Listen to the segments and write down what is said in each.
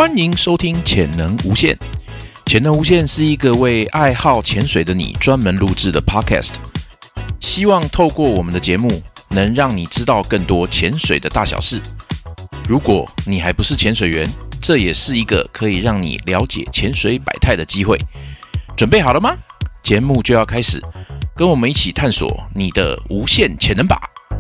欢迎收听潜能无限。潜能无限是一个为爱好潜水的你专门录制的 podcast， 希望透过我们的节目，能让你知道更多潜水的大小事。如果你还不是潜水员，这也是一个可以让你了解潜水百态的机会。准备好了吗？节目就要开始，跟我们一起探索你的无限潜能吧！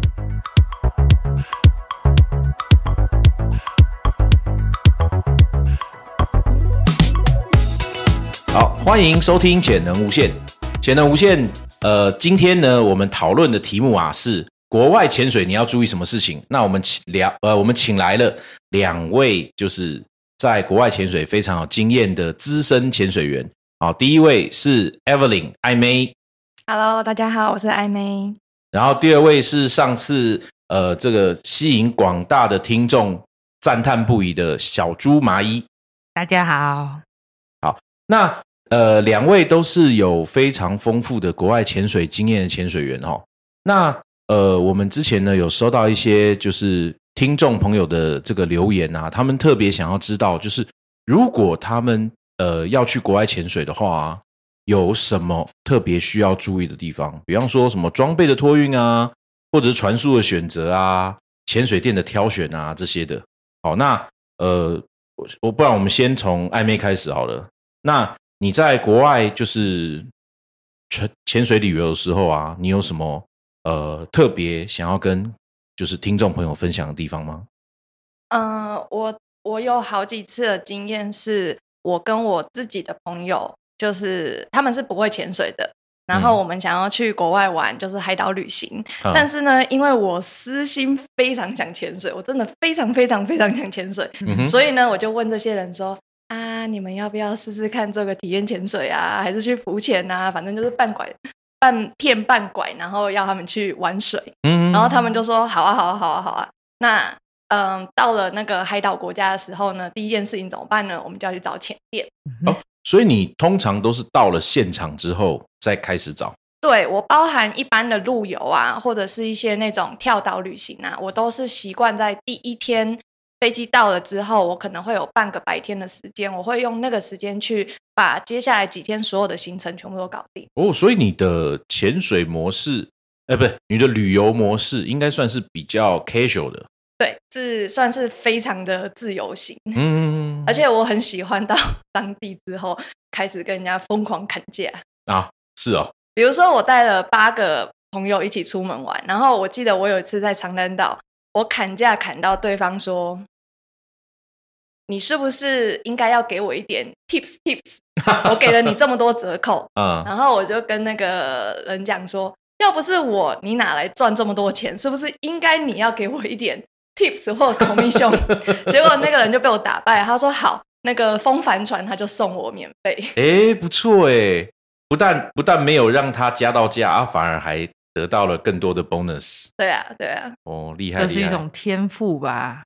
好，欢迎收听潜能无限。潜能无限，今天呢，我们讨论的题目啊是国外潜水你要注意什么事情？那我们请来了两位，就是在国外潜水非常有经验的资深潜水员。好，第一位是 Evelyn 艾妹 ，Hello， 大家好，我是艾妹。 然后第二位是上次这个吸引广大的听众赞叹不已的小猪麻衣， 大家好。 好，那两位都是有非常丰富的国外潜水经验的潜水员哦。那我们之前呢有收到一些就是听众朋友的这个留言啊，他们特别想要知道，就是如果他们要去国外潜水的话啊，有什么特别需要注意的地方？比方说什么装备的托运啊，或者是船速的选择啊，潜水店的挑选啊这些的。好，那不然我们先从暧昧开始好了。那你在国外就是潜水旅游的时候啊，你有什么特别想要跟就是听众朋友分享的地方吗？ 我有好几次的经验是，我跟我自己的朋友，就是他们是不会潜水的，然后我们想要去国外玩，就是海岛旅行。但是呢，因为我私心非常想潜水，我真的非常非常非常想潜水，所以呢，我就问这些人说啊，你们要不要试试看做个体验潜水啊，还是去浮潜啊？反正就是半骗半拐，然后要他们去玩水。然后他们就说好啊好啊好啊好啊。那到了那个海岛国家的时候呢，第一件事情怎么办呢？我们就要去找潜店。 所以你通常都是到了现场之后再开始找？ 对，我包含一般的路游啊，或者是一些那种跳岛旅行啊，我都是习惯在第一天飞机到了之后，我可能会有半个白天的时间，我会用那个时间去把接下来几天所有的行程全部都搞定。 哦，所以你的潜水模式，不是，你的旅游模式应该算是比较 casual 的。 对，是算是非常的自由行。而且我很喜欢到当地之后开始跟人家疯狂砍价啊，是哦。 比如说我带了8个朋友一起出门玩，然后我记得我有一次在长滩岛，我砍价砍到对方说，你是不是应该要给我一点 tips 我给了你这么多折扣。然后我就跟那个人讲说，要不是我，你哪来赚这么多钱？是不是应该你要给我一点 tips 或 commission？ 结果那个人就被我打败，他说好，那个风帆船他就送我免费。 不错耶，不但没有让他加到价，反而还得到了更多的 bonus。 对啊对啊。 哦，厉害厉害， 这是一种天赋吧。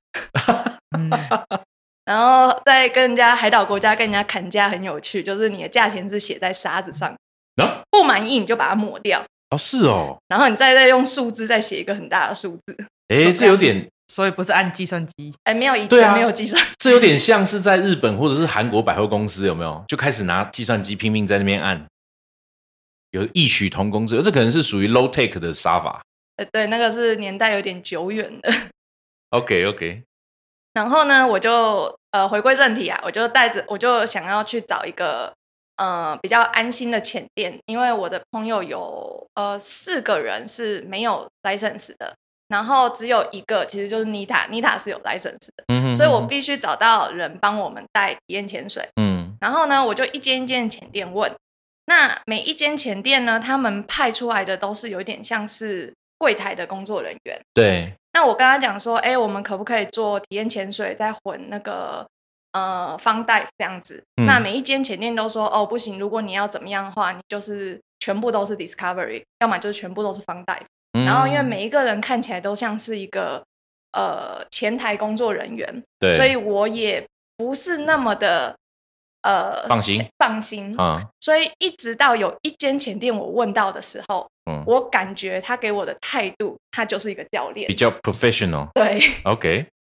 然后在跟人家海岛国家跟人家砍价很有趣，就是你的价钱是写在沙子上，不满意你就把它抹掉。 哦，是哦。 然后你再用数字再写一个很大的数字。 这有点， 所以不是按计算机。 没有，以前没有计算机。 这有点像是在日本或者是韩国百货公司，有没有？就开始拿计算机拼命在那边按，有异曲同工之妙。这可能是属于 low tech 的杀法。 对，那个是年代有点久远的。 OK。 然后呢，我就回归正题啊，我就想要去找一个比较安心的潜店，因为我的朋友有4个人是没有 license 的，然后只有一个其实就是 Nita 是有 license 的。所以我必须找到人帮我们带体验潜水。然后呢，我就一间一间潜店问，那每一间潜店呢，他们派出来的都是有点像是柜台的工作人员。 对。 那我跟他讲说，我们可不可以做体验潜水，再混那个fun dive 这样子？那每一间潜店都说，不行，如果你要怎么样的话，你就是全部都是 discovery， 要么就是全部都是 fun dive。然后因为每一个人看起来都像是一个前台工作人员，所以我也不是那么的放心。所以一直到有一间潜店我问到的时候，我感觉他给我的态度，他就是一个教练， 比较 professional。 对。 OK。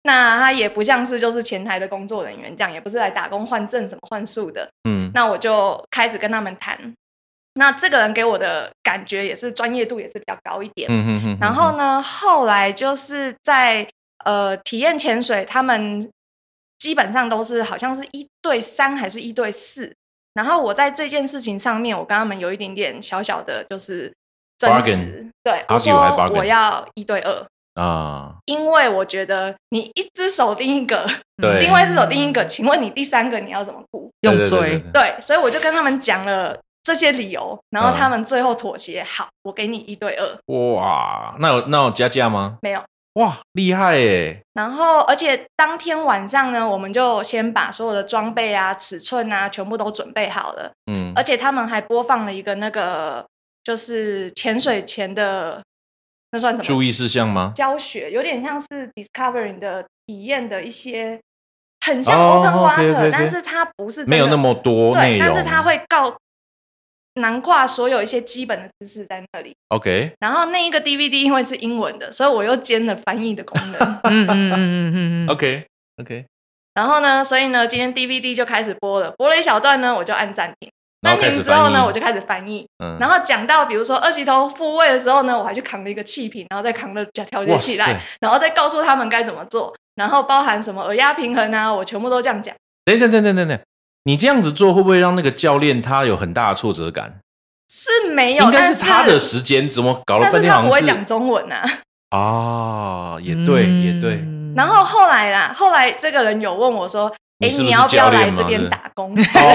那他也不像是就是前台的工作人员这样，也不是来打工换证什么换宿的。那我就开始跟他们谈。那这个人给我的感觉也是专业度也是比较高一点。然后呢，后来就是在体验潜水，他们基本上都是好像是1对3还是1对4。然后我在这件事情上面，我跟他们有一点点小小的就是争执。对，我说我要1对2。因为我觉得你一只手拎一个，另外一只手拎一个，请问你第3个你要怎么顾？ 用嘴。 对，所以我就跟他们讲了这些理由，然后他们最后妥协，好，我给你1对2。 哇，那有加价吗？ 没有。 哇，厉害耶！ 然后，而且当天晚上呢，我们就先把所有的装备啊、尺寸啊，全部都准备好了。而且他们还播放了一个那个，就是潜水前的那算什么？ 注意事项吗？ 教学，有点像是 Discovery 的体验的一些，很像 Open Water，但是它不是真的没有那么多内容， 但是它会囊括所有一些基本的知识在那里。 OK， 然后那一个 DVD 因为是英文的，所以我又兼了翻译的功能。 OK。 然后呢，所以呢，今天 DVD 就开始播了，播了一小段呢，我就按暂停。暂停之后呢，我就开始翻译。然后讲到比如说2级头复位的时候呢，我还去扛了一个气瓶，然后再扛了调节器来，然后再告诉他们该怎么做，然后包含什么耳压平衡啊，我全部都这样讲。 等。你这样子做会不会让那个教练他有很大的挫折感？ 是没有， 应该是他的时间怎么搞了半天，好像但是他不会讲中文啊。也对。 然后后来这个人有问我说：“你要不要来这边打工？”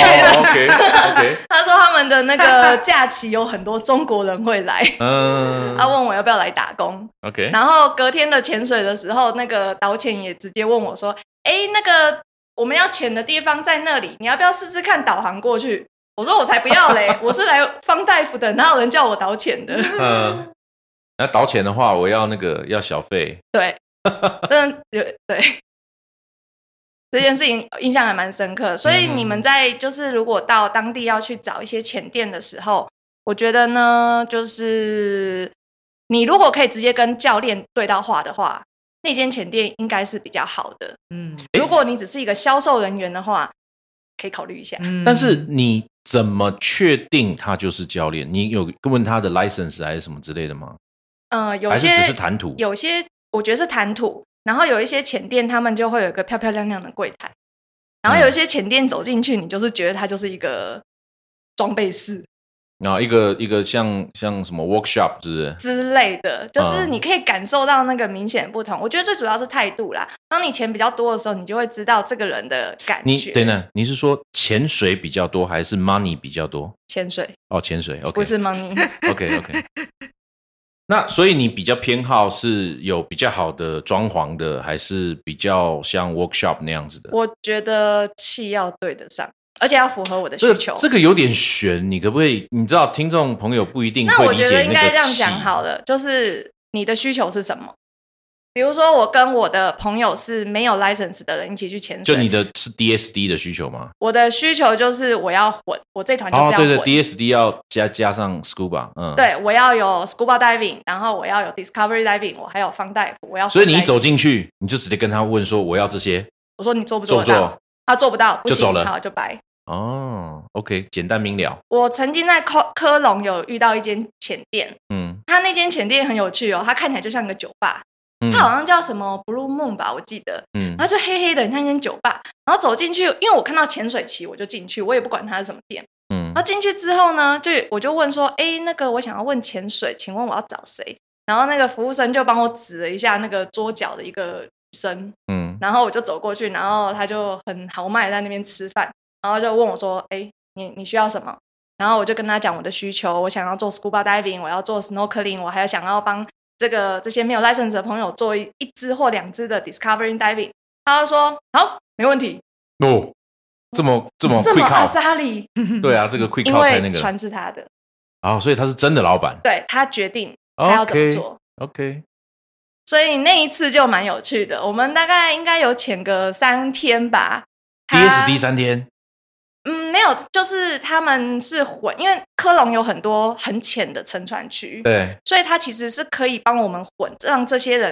OK。 他说他们的那个假期有很多中国人会来，他问我要不要来打工。 OK。 然后隔天的潜水的时候，那个导潜也直接问我说：“那个。”我们要潜的地方在那里，你要不要试试看导航过去？我说我才不要嘞，我是来方大夫的，哪有人叫我导潜的？ 那导潜的话，我要要小费。 对，对，这件事情印象还蛮深刻。所以你们在就是如果到当地要去找一些潜店的时候，我觉得呢，就是你如果可以直接跟教练对到话的话。那间潜店应该是比较好的。如果你只是一个销售人员的话，可以考虑一下。 但是你怎么确定他就是教练？你有问他的 license 还是什么之类的吗？ 有些还是只是谈吐？ 有些我觉得是谈吐，然后有一些潜店他们就会有一个漂漂亮亮的柜台，然后有一些潜店走进去，你就是觉得它就是一个装备室。 然后一个像什么 workshop 是不是之类的，就是你可以感受到那个明显的不同。我觉得最主要是态度啦。当你钱比较多的时候，你就会知道这个人的感觉。 等等，你是说潜水比较多，还是 money 比较多？ 潜水。 潜水 ，OK， 不是 money。 OK。那所以你比较偏好是有比较好的装潢的，还是比较像 workshop 那样子的？ 我觉得气要对得上。而且要符合我的需求， 这个有点悬，你可不可以？你知道听众朋友不一定会理解那个气。 那我觉得应该这样讲好了，就是你的需求是什么？比如说，我跟我的朋友是没有 license 的人一起去潜水， 就你的是 DSD 的需求吗？ 我的需求就是我要混，我这团就是要混。 对 ，DSD 要加上 scuba， 对，我要有 scuba diving， 然后我要有 discovery diving， 我还有方大夫，我要。 所以你一走进去，你就直接跟他问说我要这些。 我说你做不做得到？他做不到，不行， 就走了， 好就拜。 OK， 简单明了。 我曾经在科隆有遇到一间潜店，他那间潜店很有趣哦，它看起来就像个酒吧，它好像叫什么 Blue Moon 吧，我记得，它就黑黑的，很像一间酒吧。然后走进去，因为我看到潜水旗，我就进去，我也不管它是什么店。然后进去之后呢，我就问说，那个我想要问潜水，请问我要找谁？然后那个服务生就帮我指了一下那个桌角的一个女生，然后我就走过去，然后他就很豪迈在那边吃饭。然后就问我说：“你需要什么？”然后我就跟他讲我的需求，我想要做 scuba diving， 我要做 snorkeling， 我还想要帮这些没有 license 的朋友做1支或2支的 discovery diving。他就说：“好，没问题。” 这么 quick 阿萨里， 对啊，这个 quick 太那个， 因为船是他的， 所以他是真的老板， 对，他决定他要怎么做。 OK， 所以那一次就蛮有趣的，我们大概应该有潜个3天吧。 DSD 3天。 没有，就是他们是混，因为科隆有很多很浅的沉船区， 对， 所以他其实是可以帮我们混，让这些人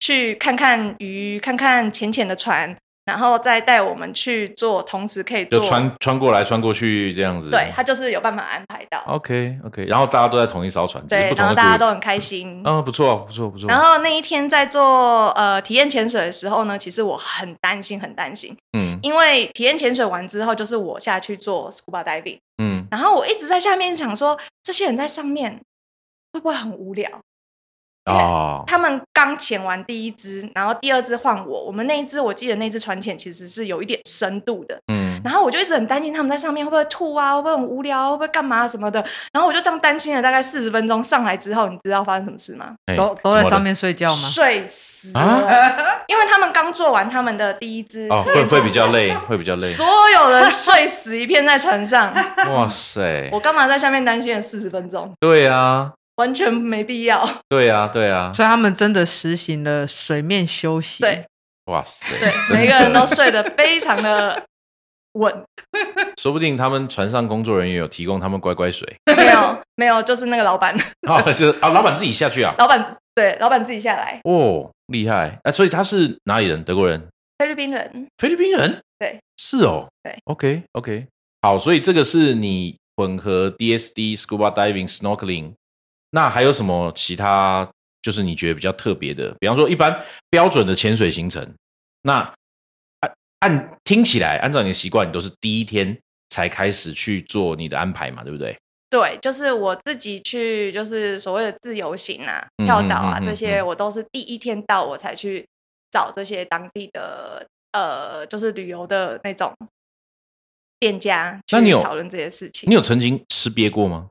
去看看鱼，看看浅浅的船，然后再带我们去做，同时可以做就穿过来穿过去这样子。 对，他就是有办法安排到。 OK， 然后大家都在同一艘船， 对，然后大家都很开心。 不错。 然后那一天在做体验潜水的时候呢，其实我很担心，因为体验潜水完之后，就是我下去做 scuba diving，然后我一直在下面想说，这些人在上面会不会很无聊？他们刚潜完第一支，然后第二支换我们那一支，我记得那支船潜其实是有一点深度的，然后我就一直很担心他们在上面会不会吐啊，会不会很无聊，会不会干嘛什么的，然后我就这样担心了大概40分钟，上来之后，你知道发生什么事吗？ 都在上面睡觉吗？ 睡死了，因为他们刚做完他们的第一支， 会比较累， 所有人睡死一片在船上。 哇塞！ 我干嘛在下面担心了40分钟？ 对啊。 完全没必要。 对啊， 所以他们真的实行了水面休息。 对， 哇塞， 对，每个人都睡得非常的稳。 说不定他们船上工作人员有提供他们乖乖水。 没有，就是那个老板。 就是老板自己下去啊。 老板自己下来。 厉害！所以他是哪里人？德国人？ 菲律宾人。 菲律宾人？ 对， 是哦。 对 ，OK， 好，所以这个是你混合 DSD、Scuba Diving、Snorkeling。那还有什么其他就是你觉得比较特别的？比方说一般标准的潜水行程，那听起来按照你的习惯，你都是第一天才开始去做你的安排嘛，对不对？ 对，就是我自己去，就是所谓的自由行啊、跳岛啊这些，我都是第一天到我才去找这些当地的就是旅游的那种店家去讨论这些事情。 你有曾经吃瘪过吗？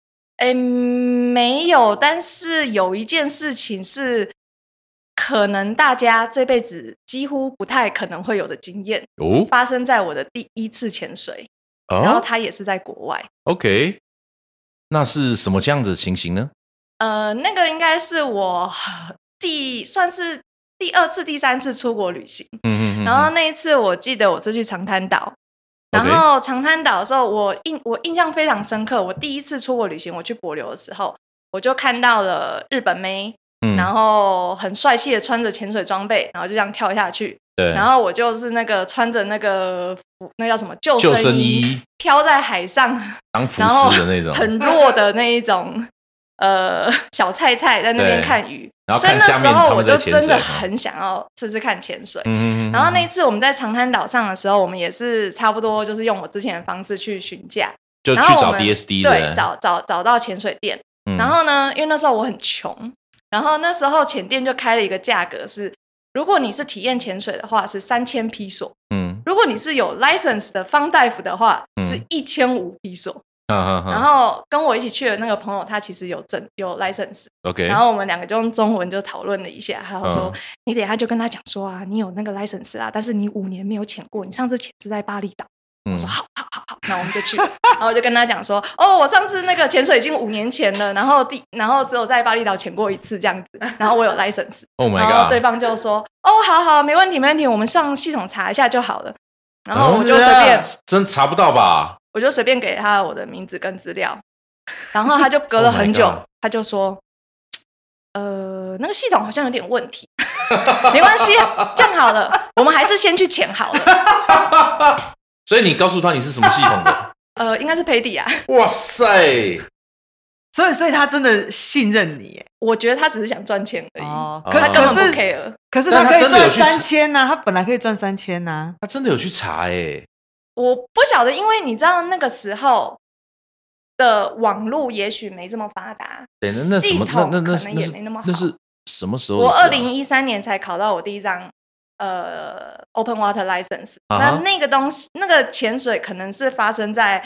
没有，但是有一件事情是可能大家这辈子几乎不太可能会有的经验，发生在我的第一次潜水，然后它也是在国外。 OK， 那是什么这样子的情形呢？ 那个应该是我算是第2次、第3次出国旅行。然后那一次我记得我是去长滩岛。然后长滩岛的时候，我印象非常深刻。我第一次出国旅行，我去帛琉的时候，我就看到了日本妹，然后很帅气的穿着潜水装备，然后就这样跳下去。对，然后我就是那个穿着那叫什么救生衣，飘在海上当浮尸的那种， 很弱的那一种小菜菜在那边看鱼。 然后看下面所以那时候我就真的很想要试试看潜水。然后那一次我们在长滩岛上的时候，我们也是差不多就是用我之前的方式去询价， 就去找 DSD 的。 对，找到潜水店。然后呢，因为那时候我很穷，然后那时候潜店就开了一个价格是，如果你是体验潜水的话是3000披索，如果你是有 license 的方大夫的话是1500披索。然后跟我一起去的那个朋友，他其实有license， 然后我们2个就用中文就讨论了一下，他说你等一下就跟他讲说啊，你有那个 license 啊，但是你5年没有潜过，你上次潜是在巴厘岛。我说好，那我们就去了。然后我就跟他讲说，我上次那个潜水已经5年前了，然后只有在巴厘岛潜过1次这样子，然后我有 license。 Oh my god！ 然后对方就说好，没问题，我们上系统查一下就好了。然后我就随便， 真查不到吧？ 我就随便给他我的名字跟资料，然后他就隔了很久，他就说，那个系统好像有点问题，没关系，这样好了，我们还是先去潜好了。 所以你告诉他你是什么系统的？ 应该是培迪啊。 哇塞！ 所以他真的信任你耶？ 我觉得他只是想赚钱而已， 他根本不 care。 可是他可以赚3000啊，他本来可以赚3000啊， 他真的有去查耶。 我不晓得，因为你知道那个时候的网络也许没这么发达， 对，那什么， 系统可能也没那么好。 那是什么时候？ 我2013年才考到我第一张open water license。那个东西，那个潜水可能是发生在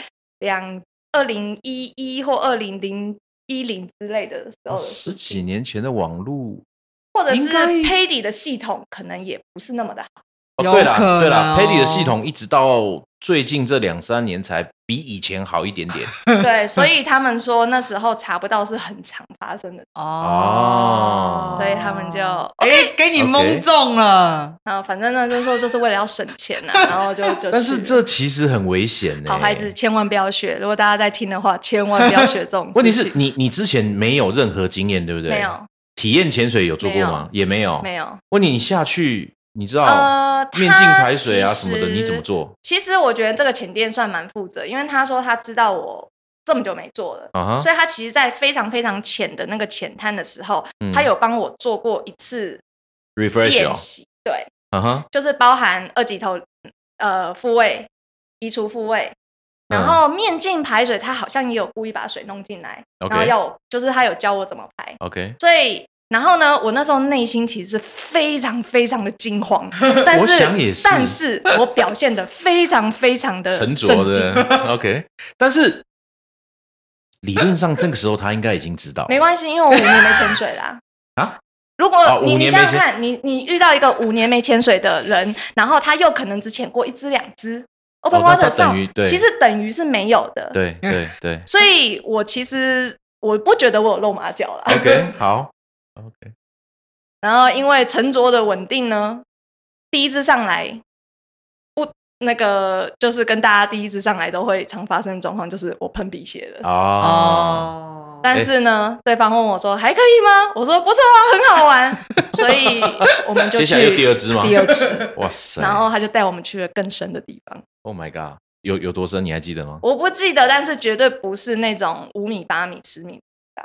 2011或2010之类的时候的事情。 10几年前的网络， 或者是 PADI 的系统可能也不是那么的好。 对啦 PADI 的系统一直到最近这2-3年才比以前好一点点。 对，所以他们说那时候查不到是很常发生的所以他们就给你蒙中了。 然后反正呢，就是为了要省钱啊，然后就但是这其实很危险好孩子千万不要学，如果大家在听的话，千万不要学这种事情。 问题是你之前没有任何经验，对不对？ 没有。 体验潜水有做过吗？也没有， 没有。 问你下去，你知道面镜排水啊什么的，你怎么做？ 其实我觉得这个潜店算蛮负责，因为他说他知道我这么久没做了，所以他其实在非常非常浅的那个浅滩的时候，他有帮我做过一次练习，对，就是包含2级头复位、移除复位。然后面镜排水，他好像也有故意把水弄进来，然后就是他有教我怎么排。 OK， 所以然后呢，我那时候内心其实是非常非常的惊慌， 我想也是， 但是我表现的非常非常的沉着的。OK， 但是理论上那个时候他应该已经知道， 没关系，因为我5年没潜水啦。啊？如果你想想看，你遇到一个5年没潜水的人，然后他又可能只潜过1只2只。Open water 上其实等于是没有的， 对对对， 所以我其实我不觉得我有露马脚啦。 OK， 好 ，OK。 然后因为沉着的稳定呢，第一支上来那个就是跟大家第一支上来都会常发生的状况，就是我喷鼻血了哦。但是呢，对方问我说还可以吗？我说不错啊，很好玩。所以我们就去接下来有第2支吗？ 第2支， 哇塞！ 然后他就带我们去了更深的地方。 Oh my god， 有多深？你还记得吗？ 我不记得，但是绝对不是那种5米、8米、10米。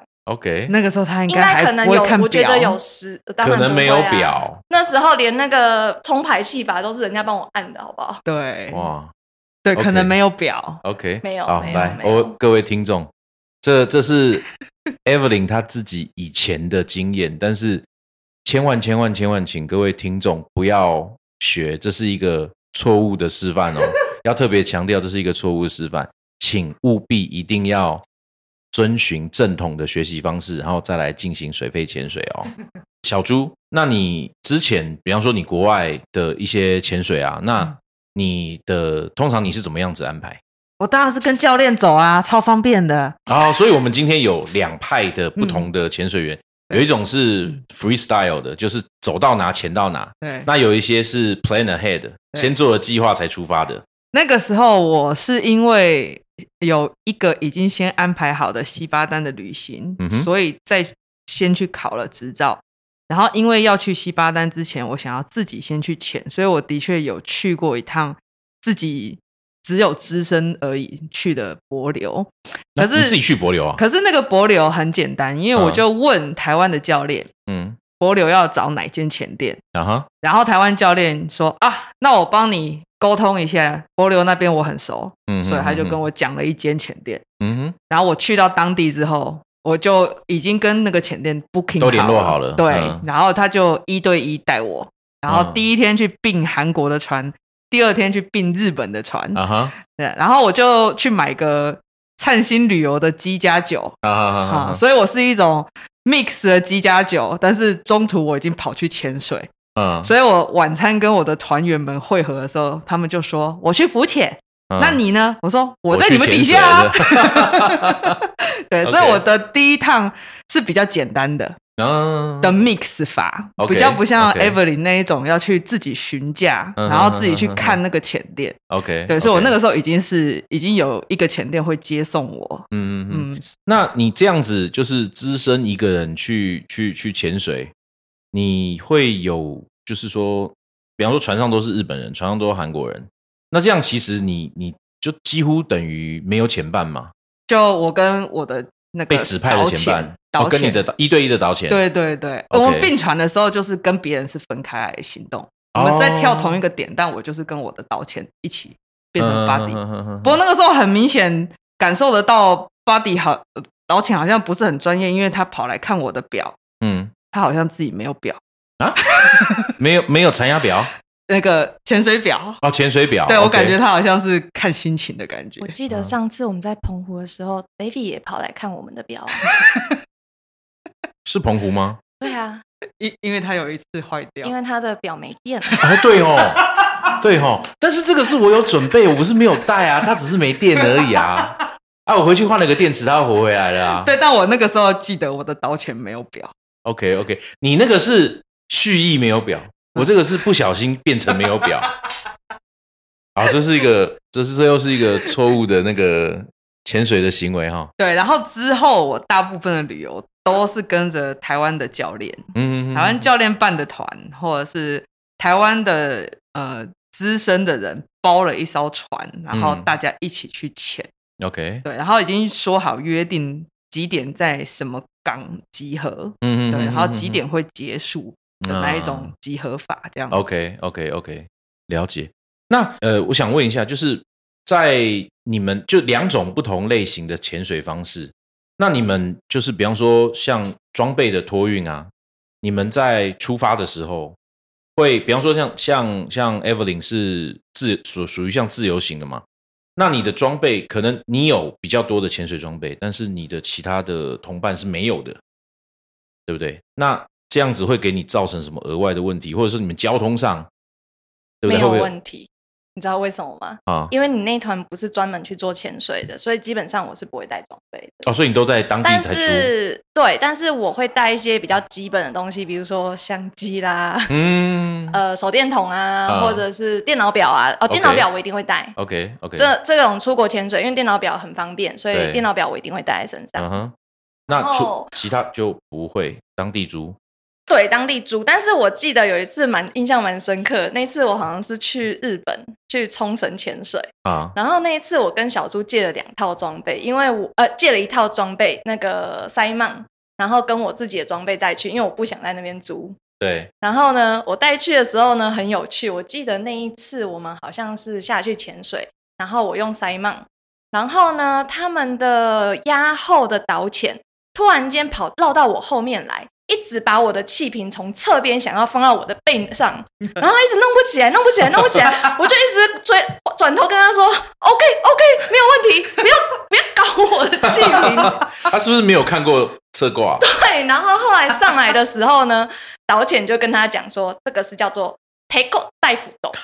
OK， 那个时候他应该可能有， 我觉得有10，当然可能没有表。 那时候连那个冲排气阀都是人家帮我按的，好不好？ 对， 哇， 对，可能没有表。 OK， 没有。 好，来，各位听众，这是 Evelyn 她自己以前的经验，但是千万请各位听众不要学，这是一个错误的示范哦。要特别强调，这是一个错误示范，请务必一定要遵循正统的学习方式，然后再来进行水肺潜水哦。小朱，那你之前，比方说你国外的一些潜水啊，那你的通常你是怎么样子安排？ 我当然是跟教练走啊，超方便的。 所以我们今天有2派的不同的潜水员，有一种是 freestyle 的，就是走到哪潜到哪。 对， 那有一些是 plan ahead， 先做了计划才出发的。 那个时候我是因为有一个已经先安排好的西巴丹的旅行，所以再先去考了执照。然后因为要去西巴丹之前，我想要自己先去潜，所以我的确有去过一趟自己只有只身而已去的帛琉。可是你自己去帛琉啊？ 可是那个帛琉很简单，因为我就问台湾的教练，帛琉要找哪间潜店，然后台湾教练说那我帮你沟通一下，帛琉那边我很熟，所以他就跟我讲了一间潜店。然后我去到当地之后，我就已经跟那个潜店 booking 都联络好了， 对，然后他就1对1带我，然后第一天去并韩国的船，第2天去并日本的船，对，然后我就去买个灿星旅游的鸡加酒，所以我是一种 mix 的鸡加酒，但是中途我已经跑去潜水，所以我晚餐跟我的团员们会合的时候，他们就说我去浮潜，那你呢？我说我在你们底下啊。对，所以我的第一趟是比较简单的的 mix 法，比较不像 Evelyn 那一种要去自己询价，然后自己去看那个潜店。对，所以我那个时候已经有一个潜店会接送我。 那你这样子就是只身一个人去潜水，你会有就是说，比方说船上都是日本人，船上都是韩国人，那这样其实你就几乎等于没有潜伴嘛？ 就我跟我的那个被指派的潜伴，跟你的1对1的导潜。 对对对，我们并船的时候就是跟别人是分开来行动，我们在跳同一个点，但我就是跟我的导潜一起变成 buddy。不过那个时候很明显感受得到 buddy 导潜好像不是很专业，因为他跑来看我的表，他好像自己没有表啊，没有残压表。 那个潜水表潜水表， 对，我感觉他好像是看心情的感觉。 我记得上次我们在澎湖的时候，David 也跑来看我们的表。 是澎湖吗？ 对啊， 因为他有一次坏掉， 因为他的表没电。 对哦，但是这个是我有准备，我不是没有带啊，它只是没电而已啊。我回去换了个电池，它又活回来了啊。 对，但我那个时候记得我的导潜没有表。 OK， 你那个是蓄意没有表。我这个是不小心变成没有表，这又是一个错误的那个潜水的行为哈。 对，然后之后我大部分的旅游都是跟着台湾的教练，台湾教练办的团，或者是台湾的资深的人包了一艘船，然后大家一起去潜。 OK， 对，然后已经说好约定几点在什么港集合，对，然后几点会结束的那一种集合法这样子。 OK， 了解。那我想问一下，就是在你们就2种不同类型的潜水方式，那你们就是比方说像装备的托运啊，你们在出发的时候会，比方说像 Evelyn 是属于像自由行的嘛？那你的装备可能你有比较多的潜水装备，但是你的其他的同伴是没有的，对不对？那这样子会给你造成什么额外的问题，或者是你们交通上，对不对？ 没有问题。你知道为什么吗？因为你那团不是专门去做潜水的，所以基本上我是不会带装备的。 所以你都在当地才租。 但是我会带一些比较基本的东西，比如说相机啦，手电筒啊，或者是电脑表啊。电脑表我一定会带。 OK， 这种出国潜水，因为电脑表很方便，所以电脑表我一定会带在身上。 那其他就不会当地租。 对，当地租。但是我记得有一次印象蛮深刻，那次我好像是去日本去冲绳潜水然后那一次我跟小猪借了2套装备，因为我借了1套装备那个塞曼，然后跟我自己的装备带去，因为我不想在那边租。 对。 然后呢，我带去的时候呢很有趣，我记得那一次我们好像是下去潜水，然后我用塞曼，然后呢他们的压后的导潜突然间绕到我后面来。一直把我的气瓶从侧边想要放到我的背上，然后一直弄不起来，我就一直转头跟他说 OK 没有问题，不要搞我的气瓶。 他是不是没有看过侧挂？ 对，然后后来上来的时候呢，导潜就跟他讲说，这个是叫做 take off 带浮斗。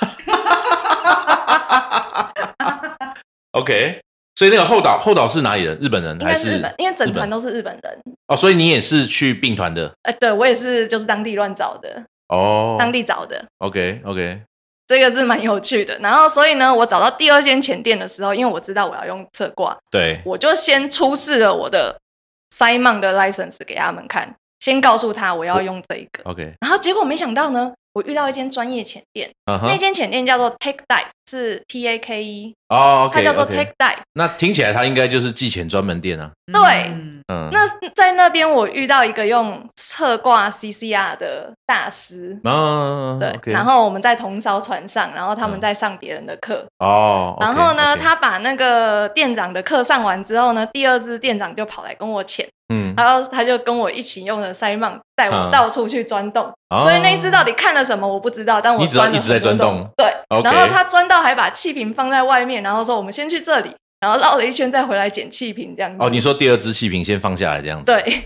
OK。所以那个后导是哪里人？日本人还是？ 日本，因为整团都是日本人。 所以你也是去并团的？ 对，我也是，就是当地乱找的。当地找的。 OK， 这个是蛮有趣的。然后，所以呢，我找到第2间潜店的时候，因为我知道我要用侧挂， 对， 我就先出示了我的 Simon 的 license 给他们看，先告诉他我要用这一个。 OK， 然后结果没想到呢，我遇到一间专业潜店，那间潜店叫做 Take Dive， 是 TAKE， 它叫做 Take Dive。 那听起来它应该就是技潜专门店啊。 对，那在那边我遇到一个用侧挂 CCR 的大师，对，然后我们在同一艘船上，然后他们在上别人的课，然后呢，他把那个店长的课上完之后呢，第2支店长就跑来跟我潜。然后他就跟我一起用的塞曼带我到处去钻洞，所以那一只到底看了什么我不知道，但我钻了一直在钻洞。 对，然后他钻到还把气瓶放在外面，然后说我们先去这里，然后绕了一圈再回来捡气瓶这样子。 你说第2支气瓶先放下来这样子。 对。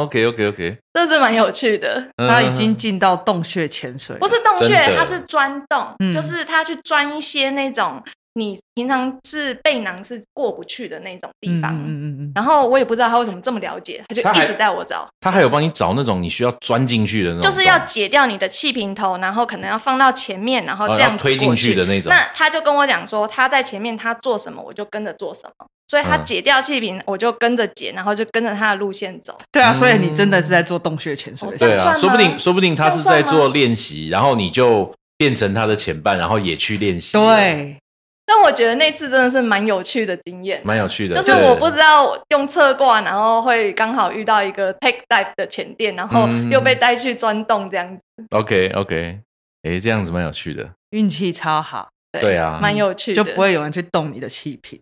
OK， 这是蛮有趣的。 他已经进到洞穴潜水， 不是洞穴，他是钻洞，就是他去钻一些那种你平常是背囊是过不去的那种地方。然后我也不知道他为什么这么了解，他就一直带我找。 他还有帮你找那种你需要钻进去的那种， 就是要解掉你的气瓶头，然后可能要放到前面，然后这样推进去的那种。 那他就跟我讲说，他在前面他做什么，我就跟着做什么。所以他解掉气瓶，我就跟着解，然后就跟着他的路线走。 对啊，所以你真的是在做洞穴潜水。 对啊，说不定他是在做练习，然后你就变成他的潜伴，然后也去练习。 对。 但我觉得那次真的是蛮有趣的经验， 蛮有趣的。 就是我不知道用侧挂，然后会刚好遇到一个 Take Dive 的潜店，然后又被带去钻洞这样子。 OK， 这样子蛮有趣的， 运气超好。 对啊， 蛮有趣的， 就不会有人去动你的气瓶。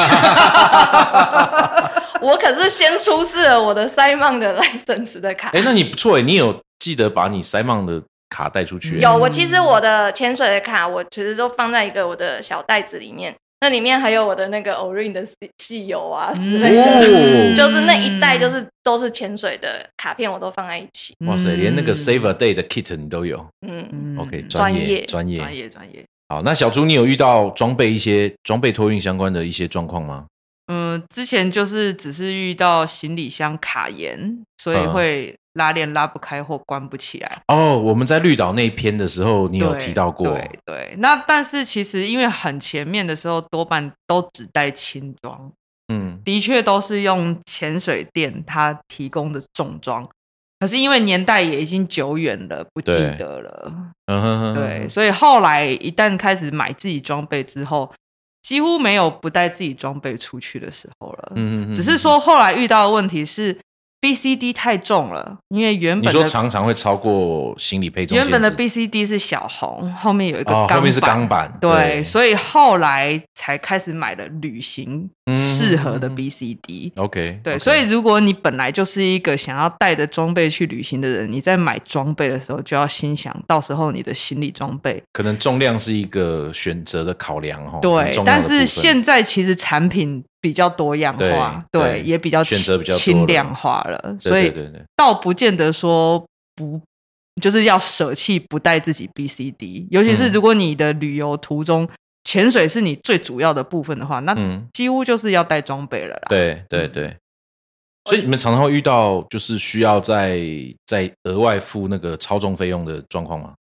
我可是先出示了我的Simon的license的卡。 那你不错你有记得把你Simon的卡带出去？ 有，其实我的潜水的卡，我其实都放在一个我的小袋子里面。那里面还有我的那个 Orin 的戏友啊之类的，就是那一袋都是潜水的卡片，我都放在一起。 哇塞，连那个 Save a Day 的 kit 你都有。OK， 专业。好，那小猪，你有遇到一些装备托运相关的一些状况吗？ 之前就是只是遇到行李箱卡严，所以会拉链拉不开或关不起来。 我们在绿岛那一篇的时候，你有提到过。 对。那但是其实因为很前面的时候，多半都只带轻装， 的确都是用潜水店他提供的重装，可是因为年代也已经久远了，不记得了。对，所以后来一旦开始买自己装备之后，几乎没有不带自己装备出去的时候了。只是说后来遇到的问题是 BCD 太重了，因为原本的你说常常会超过行李配重限制。 原本的 BCD 是小红，后面有一个钢板， 后面是钢板。 对，所以后来才开始买了旅行适合的 BCD。 OK， 对，所以如果你本来就是一个想要带着装备去旅行的人，你在买装备的时候就要心想，到时候你的行李装备可能重量是一个选择的考量对，但是现在其实产品比较多样化，对，也比较选择比较轻量化了，所以倒不见得说不就是要舍弃不带自己 BCD， 尤其是如果你的旅游途中潜水是你最主要的部分的话，那几乎就是要带装备了啦。 对，所以你们常常会遇到就是需要再额外付那个超重费用的状况吗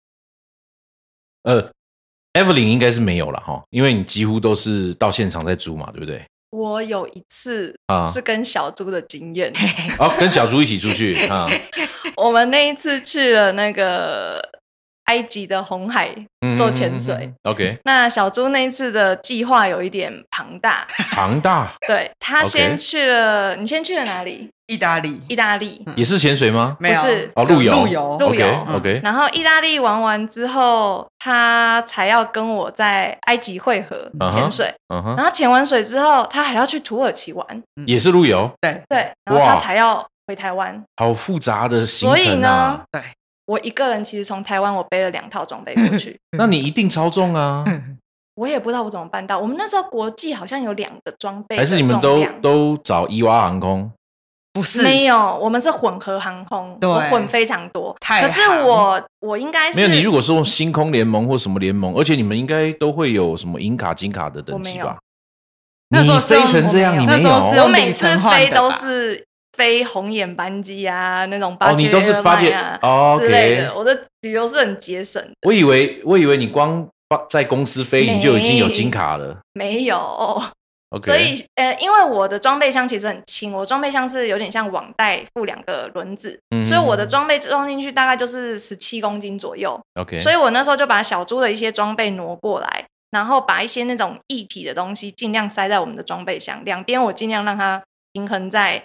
？Evelyn 应该是没有了哈，因为你几乎都是到现场在租嘛，对不对？ 我有一次是跟小猪的经验， 跟小猪一起出去啊。 我们那一次去了那个埃及的红海做潜水。 OK， 那小猪那一次的计划有一点庞大。对，他先去了，你先去了哪里？意大利也是潜水吗？ 不是路游。OK， 然后意大利玩完之后，他才要跟我在埃及会合潜水。然后潜完水之后，他还要去土耳其玩， 也是路游。 对，然后他才要回台湾。 好复杂的行程啊！ 所以呢，对，我一个人其实从台湾我背了2套装备过去。 那你一定超重啊！ 我也不知道我怎么办到。我们那时候国际好像有2个装备， 还是你们都找伊娃航空？ 不是， 没有，我们是混合航空，我混非常多。可是我应该是没有。你如果是用星空联盟或什么联盟，而且你们应该都会有什么银卡、金卡的等级吧？ 那时候飞成这样，你没有？ 我每次飞都是飞红眼班机啊，那种8J 你都是8J 之类的。我的旅游是很节省的。 我以为你光在公司飞你就已经有金卡了， 没有。所以因为我的装备箱其实很轻，我装备箱是有点像网袋附2个轮子，所以我的装备装进去大概就是17公斤左右。 OK， 所以我那时候就把小猪的一些装备挪过来，然后把一些那种液体的东西尽量塞在我们的装备箱，两边我尽量让它平衡在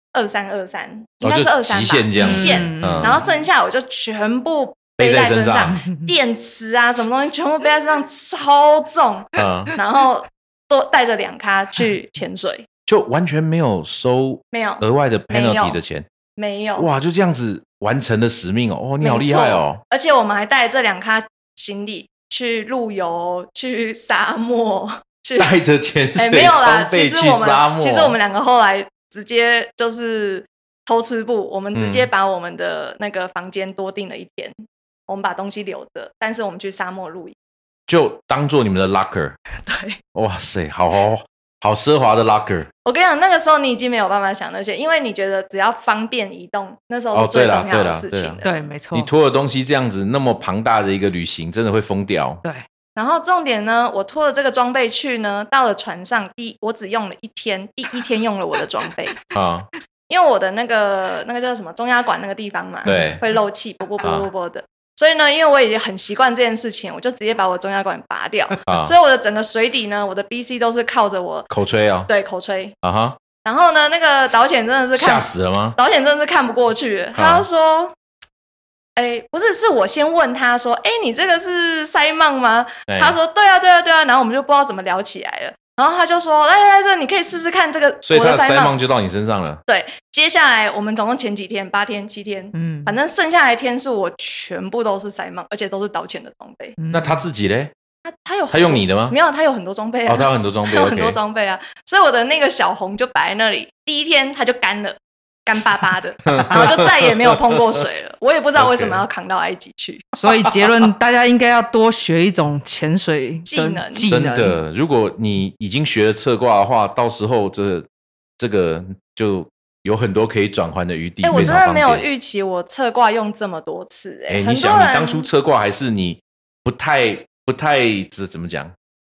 23，应该是23吧，极限。然后剩下我就全部背在身上，电池啊什么东西全部背在身上，超重。然后都带着2咖去潜水， 就完全没有收额外的 penalty 的钱， 没有。 哇，就这样子完成了使命哦！你好厉害哦！ 而且我们还带这2咖行李去路游，去沙漠， 带着潜水装备去沙漠。 其实我们2个后来直接就是偷吃步，我们直接把我们的那个房间多订了1天，我们把东西留着，但是我们去沙漠露营。 就当做你们的 locker。 对， 哇塞，好奢华的 locker。 我跟你讲，那个时候你已经没有办法想那些，因为你觉得只要方便移动，那时候是最重要的事情。 对，没错。 你拖的东西这样子那么庞大的一个旅行，真的会疯掉。 对。 然后重点呢，我拖了这个装备去呢，到了船上，我只用了1天，第1天用了我的装备啊，因为我的那个叫什么中压管那个地方嘛， 对， 会漏气，啵的。所以呢，因为我已经很习惯这件事情，我就直接把我中压管拔掉。所以我的整个水底呢，我的 BC 都是靠着我口吹啊， 对，口吹啊哈。然后呢，那个导潜真的是吓死了吗？ 导潜真的是看不过去，他就说：“不是，是我先问他说，你这个是塞曼吗？”他说：“对啊。”然后我们就不知道怎么聊起来了。然后他就说：“来，这你可以试试看这个。” 所以他的塞曼就到你身上了。 对，接下来我们总共前几天，8天、7天，反正剩下来的天数我全部都是塞曼，而且都是导潜的装备。 那他自己嘞？ 他用你的吗？ 没有，他有很多装备啊。 他有很多装备， 他有很多装备啊。所以我的那个小红就摆在那里，第1天它就干了。干巴巴的，然后就再也没有碰过水了。我也不知道为什么要扛到埃及去。 所以结论，大家应该要多学一种潜水技能。 真的，如果你已经学了侧挂的话，到时候这个就有很多可以转换的余地。 我真的没有预期我侧挂用这么多次。 你想，你当初侧挂还是你不太怎么讲？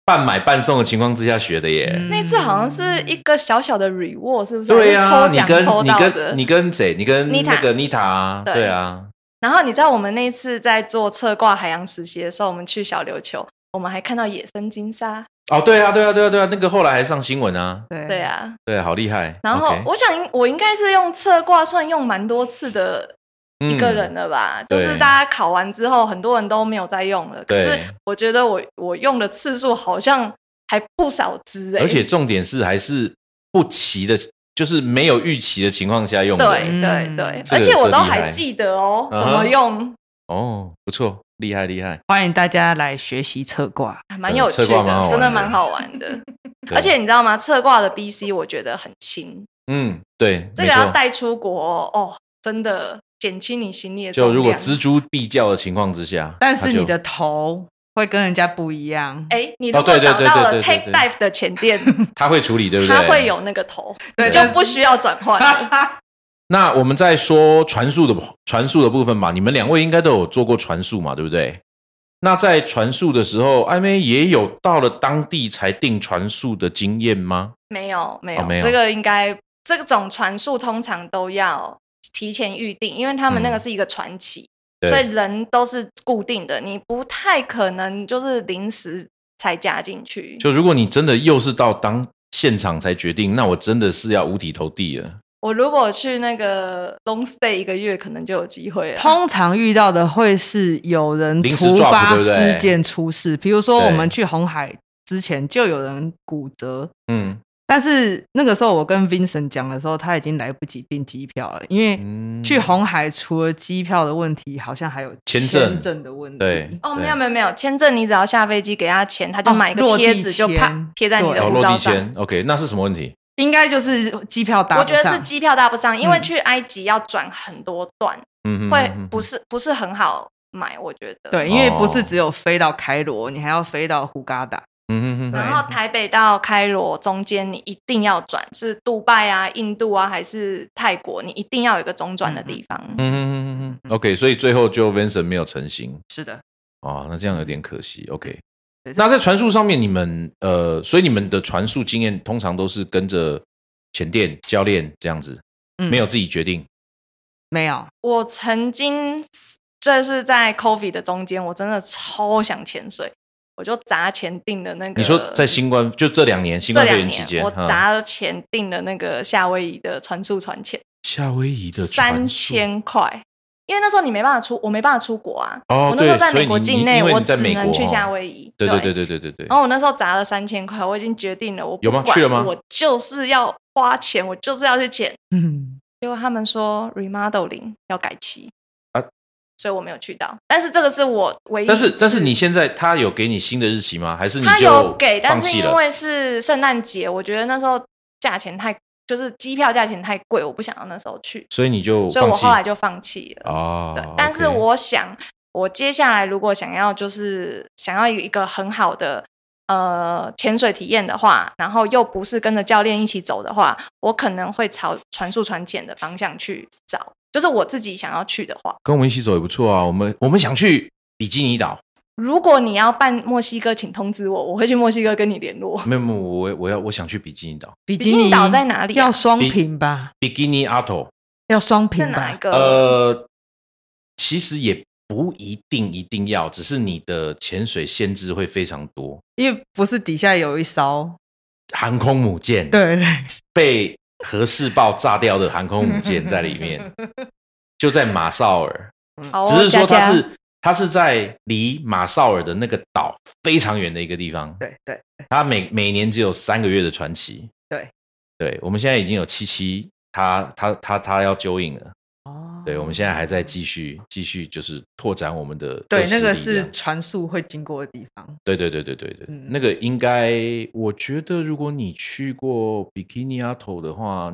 半买半送的情况之下学的耶。 那次好像是一个小小的 reward， 是不是？ 对啊， 抽奖抽到的。 你跟谁？你跟那个 Nita 啊？对啊。 然后你知道我们那次在做侧挂海洋实习的时候，我们去小琉球，我们还看到野生金鲨。 哦，对啊，那个后来还上新闻啊。 对啊， 对，好厉害。 然后我想我应该是用侧挂算用蛮多次的一个人了吧，就是大家考完之后，很多人都没有再用了。可是我觉得我用的次数好像还不少只而且重点是还是不齐的，就是没有预期的情况下用的。 对，而且我都还记得哦，怎么用。 哦，不错，厉害。 欢迎大家来学习侧挂， 蛮有趣的，真的蛮好玩的。而且你知道吗？侧挂的 BC 我觉得很轻。 对， 这个要带出国哦，真的减轻你行李的重量。 就如果锱铢必较的情况之下， 但是你的头会跟人家不一样。 你如果找到了 Take Dive 的前店， 他会处理，对不对？ 他会有那个头，就不需要转换。 那我们在说传速的部分嘛，你们2位应该都有做过传速嘛，对不对？那在传速的时候，艾妹也有到了当地才订传速的经验吗？ 没有，这个应该这种传速通常都要提前预定，因为他们那个是一个传期，所以人都是固定的，你不太可能就是临时才加进去。 就如果你真的又是到当现场才决定，那我真的是要五体投地了。 我如果去那个 long stay 1个月，可能就有机会了。 通常遇到的会是有人突发事件出事，比如说我们去红海之前就有人骨折，但是那个时候我跟 Vincent 讲的时候，他已经来不及订机票了，因为去红海除了机票的问题，好像还有签证的问题。 对， 没有签证，你只要下飞机给他钱，他就买一个贴纸就啪贴在你的护照上。 OK， 那是什么问题？ 应该就是机票搭不上。 我觉得是机票搭不上，因为去埃及要转很多段，会不是很好买，我觉得。 对，因为不是只有飞到开罗，你还要飞到胡嘎达。 然后台北到开罗中间你一定要转，是杜拜啊、印度啊还是泰国，你一定要有一个中转的地方。 OK， 所以最后就 Vincent 没有成行。 是的。 那这样有点可惜。OK。那在传速上面，你们所以你们的传速经验通常都是跟着前店教练这样子，没有自己决定。 没有， 我曾经这是在 COVID 的中间，我真的超想潜水，我就砸钱订了那个。 你说在新冠就这2年新冠肺炎期间， 我砸了钱订了那个夏威夷的传速船潜。 夏威夷的传速 3000块。因为那时候我没办法出国啊。 我那时候在美国境内，我只能去夏威夷。 对。 然后我那时候砸了3000块，我已经决定了，我不管， 有吗？去了吗？ 我就是要花钱，我就是要去潜。结果他们说 remodeling 要改期所以我没有去到。但是这个是我唯一。 但是你现在他有给你新的日期吗？还是你就他有给，但是放弃了？ 因为是圣诞节，我觉得那时候价钱就是机票价钱太贵，我不想要那时候去， 所以所以我后来就放弃了。对，但是我想，我接下来如果想要一个很好的潜水体验的话，然后又不是跟着教练一起走的话，我可能会朝传速船潜的方向去找，就是我自己想要去的话， 跟我们一起走也不错啊。我们想去比基尼岛。 如果你要办墨西哥，请通知我，我会去墨西哥跟你联络。 没有，我想去比基尼岛。 比基尼岛在哪里？ 要双屏吧？ 比基尼阿头要双屏吧？ 哪一个？ 其实也不一定要，只是你的潜水限制会非常多， 因为不是底下有一艘航空母舰， 对， 被核试爆炸掉的航空母舰在里面，就在马绍尔。只是说它是在离马绍尔的那个岛非常远的一个地方。 对， 它每年只有3个月的船期。对，我们现在已经有77，他要join了。对，我们现在还在继续就是拓展我们的。 对，那个是传速会经过的地方。 对，那个应该，我觉得如果你去过比基尼阿头的话，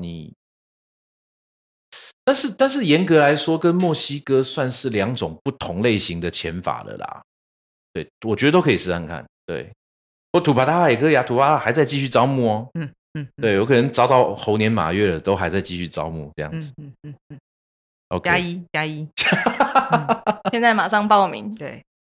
但是严格来说，跟墨西哥算是2种不同类型的潜法了啦。对，我觉得都可以试看看。对，或土巴塔也可以啊，土巴塔还在继续招募哦。对，有可能招到猴年马月了，都还在继续招募这样子。OK， 加一， 现在马上报名。 对，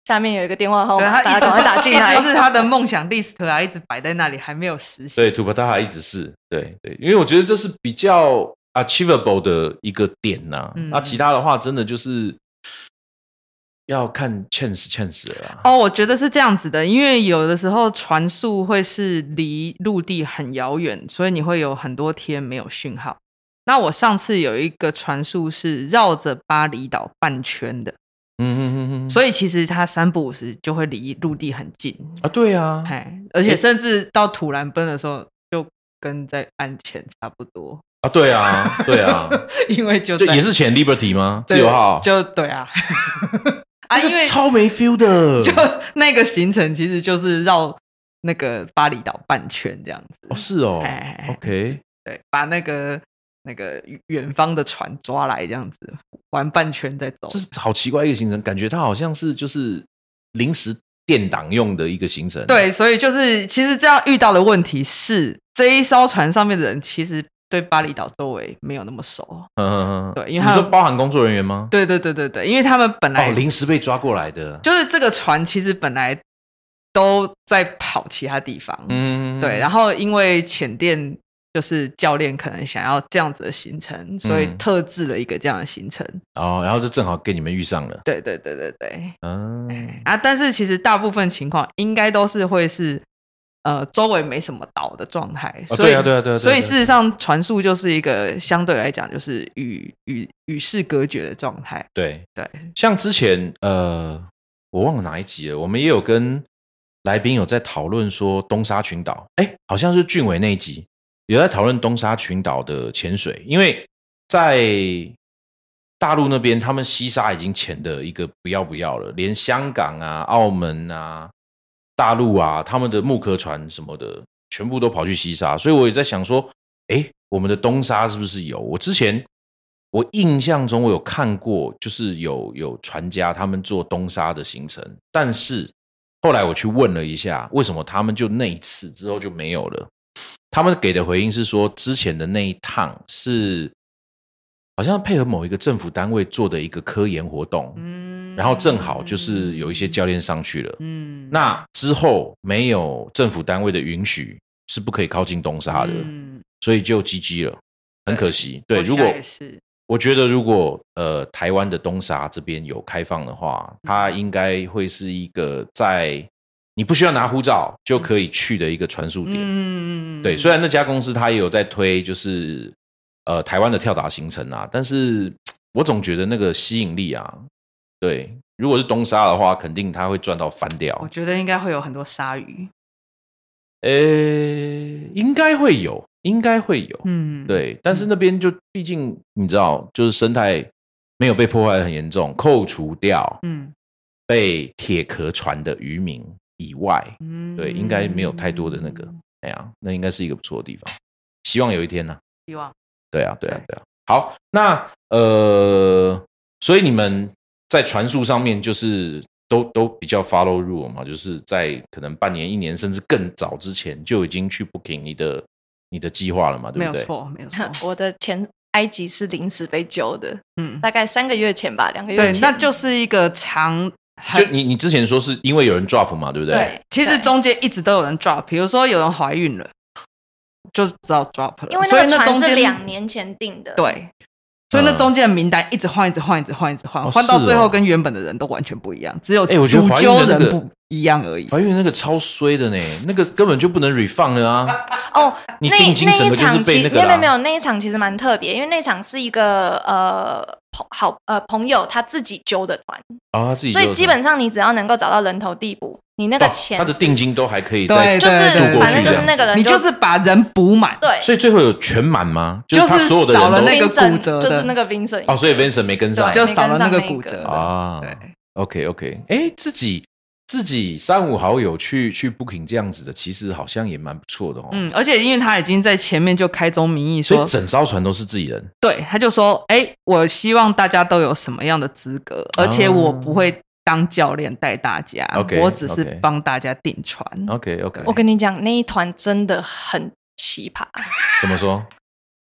下面有一个电话号码， 他赶快打进来。 一直是他的梦想 list 啊，一直摆在那里，还没有实现。 对，土巴塔哈一直是对，因为我觉得这是比较 achievable 的一个点呐。那其他的话，真的就是要看 chance 了啦。 哦，我觉得是这样子的，因为有的时候传输会是离陆地很遥远，所以你会有很多天没有讯号。那我上次有一个传输是绕着巴厘岛半圈的，所以其实它3不5时就会离陆地很近啊。对啊， 而且甚至到土兰奔的时候，就跟在岸前差不多啊。对啊，对啊， 因为就也是前 Liberty 吗？自由号就对啊。因为超没 feel 的， 就那个行程其实就是绕那个巴厘岛半圈这样子。 哦，是哦 ，OK， 对，把那个远方的船抓来这样子玩半圈再走。 这是好奇怪一个行程，感觉它好像是就是临时垫档用的一个行程。 对，所以就是其实这样遇到的问题是，这一艘船上面的人其实对巴厘岛周围没有那么熟。对，因为你说包含工作人员吗？ 对，因为他们本来临时被抓过来的， 就是这个船其实本来都在跑其他地方。对，然后因为浅店就是教练可能想要这样子的行程，所以特制了一个这样的行程。 然后就正好给你们遇上了。 对。但是其实大部分情况应该都是会是周围没什么岛的状态。 对啊。 所以事实上船速就是一个相对来讲就是与世隔绝的状态。 对，像之前我忘了哪一集了，我们也有跟来宾有在讨论说东沙群岛，好像是俊伟那一集有在讨论东沙群岛的潜水，因为在大陆那边他们西沙已经潜的一个不要了，连香港啊、澳门啊、大陆啊，他们的木壳船什么的全部都跑去西沙，所以我也在想说，我们的东沙是不是有？我印象中我有看过，就是有船家他们做东沙的行程，但是后来我去问了一下，为什么他们就那一次之后就没有了？他们给的回应是说，之前的那一趟是好像配合某一个政府单位做的一个科研活动，然后正好就是有一些教练上去了，那之后没有政府单位的允许是不可以靠近东沙的，所以就 GG 了，很可惜。对，如果我觉得如果台湾的东沙这边有开放的话，它应该会是一个在你不需要拿护照就可以去的一个传输点。对，虽然那家公司它也有在推就是台湾的跳岛行程啊，但是我总觉得那个吸引力啊，对，如果是东沙的话，肯定它会赚到翻掉。 我觉得应该会有很多鲨鱼。 应该会有。对，但是那边就毕竟你知道，就是生态没有被破坏得很严重，扣除掉被铁壳船的渔民以外，对，应该没有太多的那个，那应该是一个不错的地方。希望有一天呢， 希望。 对啊。好，那所以你们在船速上面就是都比较 follow rule 嘛，就是在可能半年、1年甚至更早之前就已经去 booking 你的计划了嘛，对不对？ 没有错。 我的前埃及是临时被揪的，大概3个月前吧，2个月前。 对，那就是一个就你之前说是因为有人 drop 嘛，对不对？ 对， 其实中间一直都有人 drop， 比如说有人怀孕了，就知道 drop 了， 因为那个船是2年前订的。 对。所以那中间的名单一直换到最后跟原本的人都完全不一样，只有主揪人不一样而已。 怀孕那个超衰的呢，那个根本就不能 refund 了啊！你定金整个就是被那个没有那一场其实蛮特别，因为那场是一个朋友他自己揪的团他自己揪的团， 所以基本上你只要能够找到人头地补，你那个钱他的定金都还可以再就是反正就是那个人你就是把人补满。 对， 所以最后有全满吗？就是他所有的人少了那个骨折的， 就是那个 Vincent 所以 Vincent 没跟上， 就少了那个骨折啊。对 ，OK， 自己3-5好友去 booking 这样子的，其实好像也蛮不错的哦。 而且因为他已经在前面就开宗明义说， 所以整艘船都是自己人。 对，他就说，我希望大家都有什么样的资格，而且我不会当教练带大家，我只是帮大家订船。 OK， 我跟你讲，那一团真的很奇葩。 怎么说？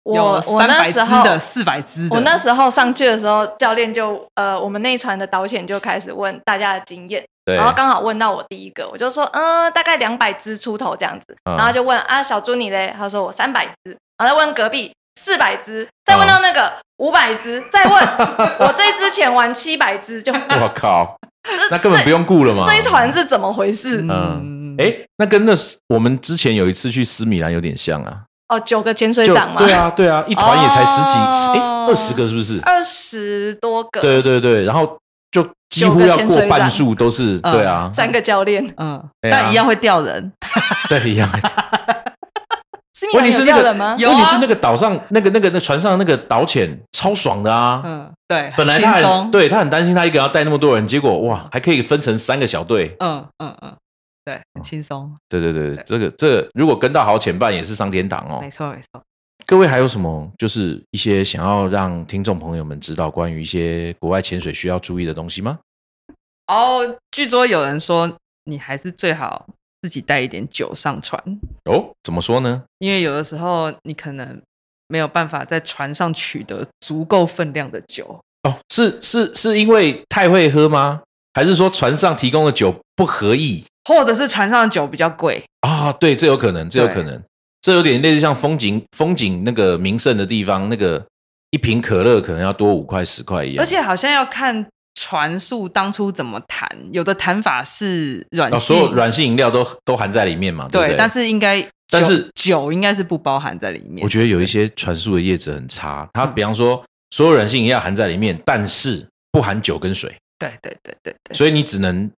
有300只的、400只的。 我那时候上去的时候，教练就我们那一船的导潜就开始问大家的经验，然后刚好问到我第一个，我就说大概200只出头这样子，然后就问小猪你嘞？他说我300只，然后再问隔壁400只，再问到那个500只，再问我这之前玩700只就， 我靠，那根本不用顾了嘛。 这一团是怎么回事？ 那跟我们之前有一次去斯米兰有点像啊。 9个潜水长嘛。 对啊，一团也才10几20个是不是 ？20多个。 对，然后就几乎要过半数都是对啊 ，3个教练， 但一样会钓人。 对，一样。 问题是钓人吗？ 问题是那个岛上那船上那个导潜超爽的啊。 对， 本来他很担心他一个人要带那么多人，结果哇还可以分成3个小队。 对，很轻松。 对，这个如果跟到好前半也是上天堂哦。 没错。 各位还有什么就是一些想要让听众朋友们知道关于一些国外潜水需要注意的东西吗？ 据说有人说你还是最好自己带一点酒上船。 怎么说呢？ 因为有的时候你可能没有办法在船上取得足够分量的酒。 是因为太会喝吗？还是说船上提供的酒不合意？ 或者是船上的酒比较贵啊？对，这有可能，这有点类似像风景那个名胜的地方，那个一瓶可乐可能要多5块10块一样。 而且好像要看船宿当初怎么谈，有的谈法是软性， 所有软性饮料都含在里面嘛，对不对？ 但是酒应该是不包含在里面。 我觉得有一些船宿的业者很差，他比方说所有软性饮料含在里面，但是不含酒跟水。 对， 所以你只能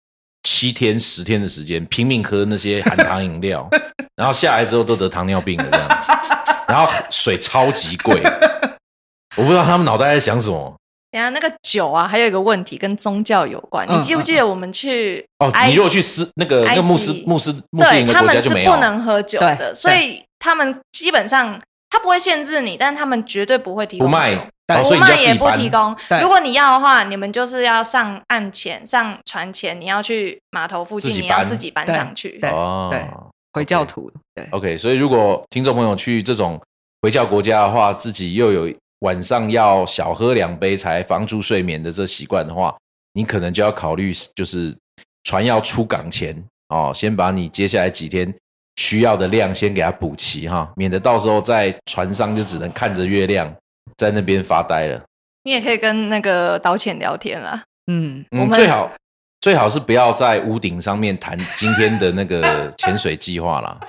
7天10天的时间拼命喝那些含糖饮料，然后下来之后都得糖尿病了这样，然后水超级贵，我不知道他们脑袋在想什么。 等一下那个酒啊，还有一个问题跟宗教有关。你记不记得我们去你如果去那个穆斯林的国家就没有， 他们是不能喝酒的，所以他们基本上他不会限制你，但他们绝对不会提供酒。不卖也不提供。如果你要的话，你们就是要上岸前、上船前，你要去码头附近，你要自己搬上去。 对，回教徒。对 ，OK。所以如果听众朋友去这种回教国家的话，自己又有晚上要小喝2杯才帮助睡眠的这习惯的话，你可能就要考虑，就是船要出港前先把你接下来几天需要的量先给它补齐哈，免得到时候在船上就只能看着月亮。在那边发呆了， 你也可以跟那个导潜聊天啦。 最好是不要在屋顶上面谈今天的那个潜水计划啦。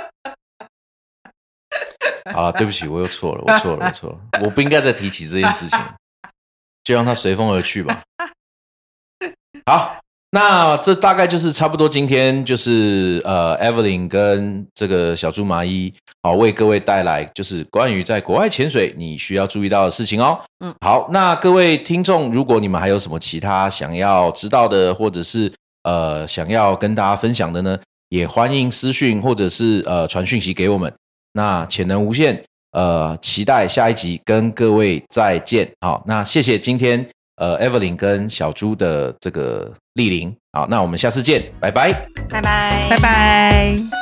好了，对不起，我又错了，我不应该再提起这件事情，就让它随风而去吧。好。那这大概就是差不多今天就是Evelyn 跟这个小猪麻衣为各位带来就是关于在国外潜水你需要注意到的事情哦。好，那各位听众，如果你们还有什么其他想要知道的，或者是想要跟大家分享的呢，也欢迎私讯或者是传讯息给我们。那潜能无限，期待下一集跟各位再见。好，那谢谢今天Evelyn 跟小猪的这个莅临。好，那我们下次见，拜拜， 拜拜， 拜拜。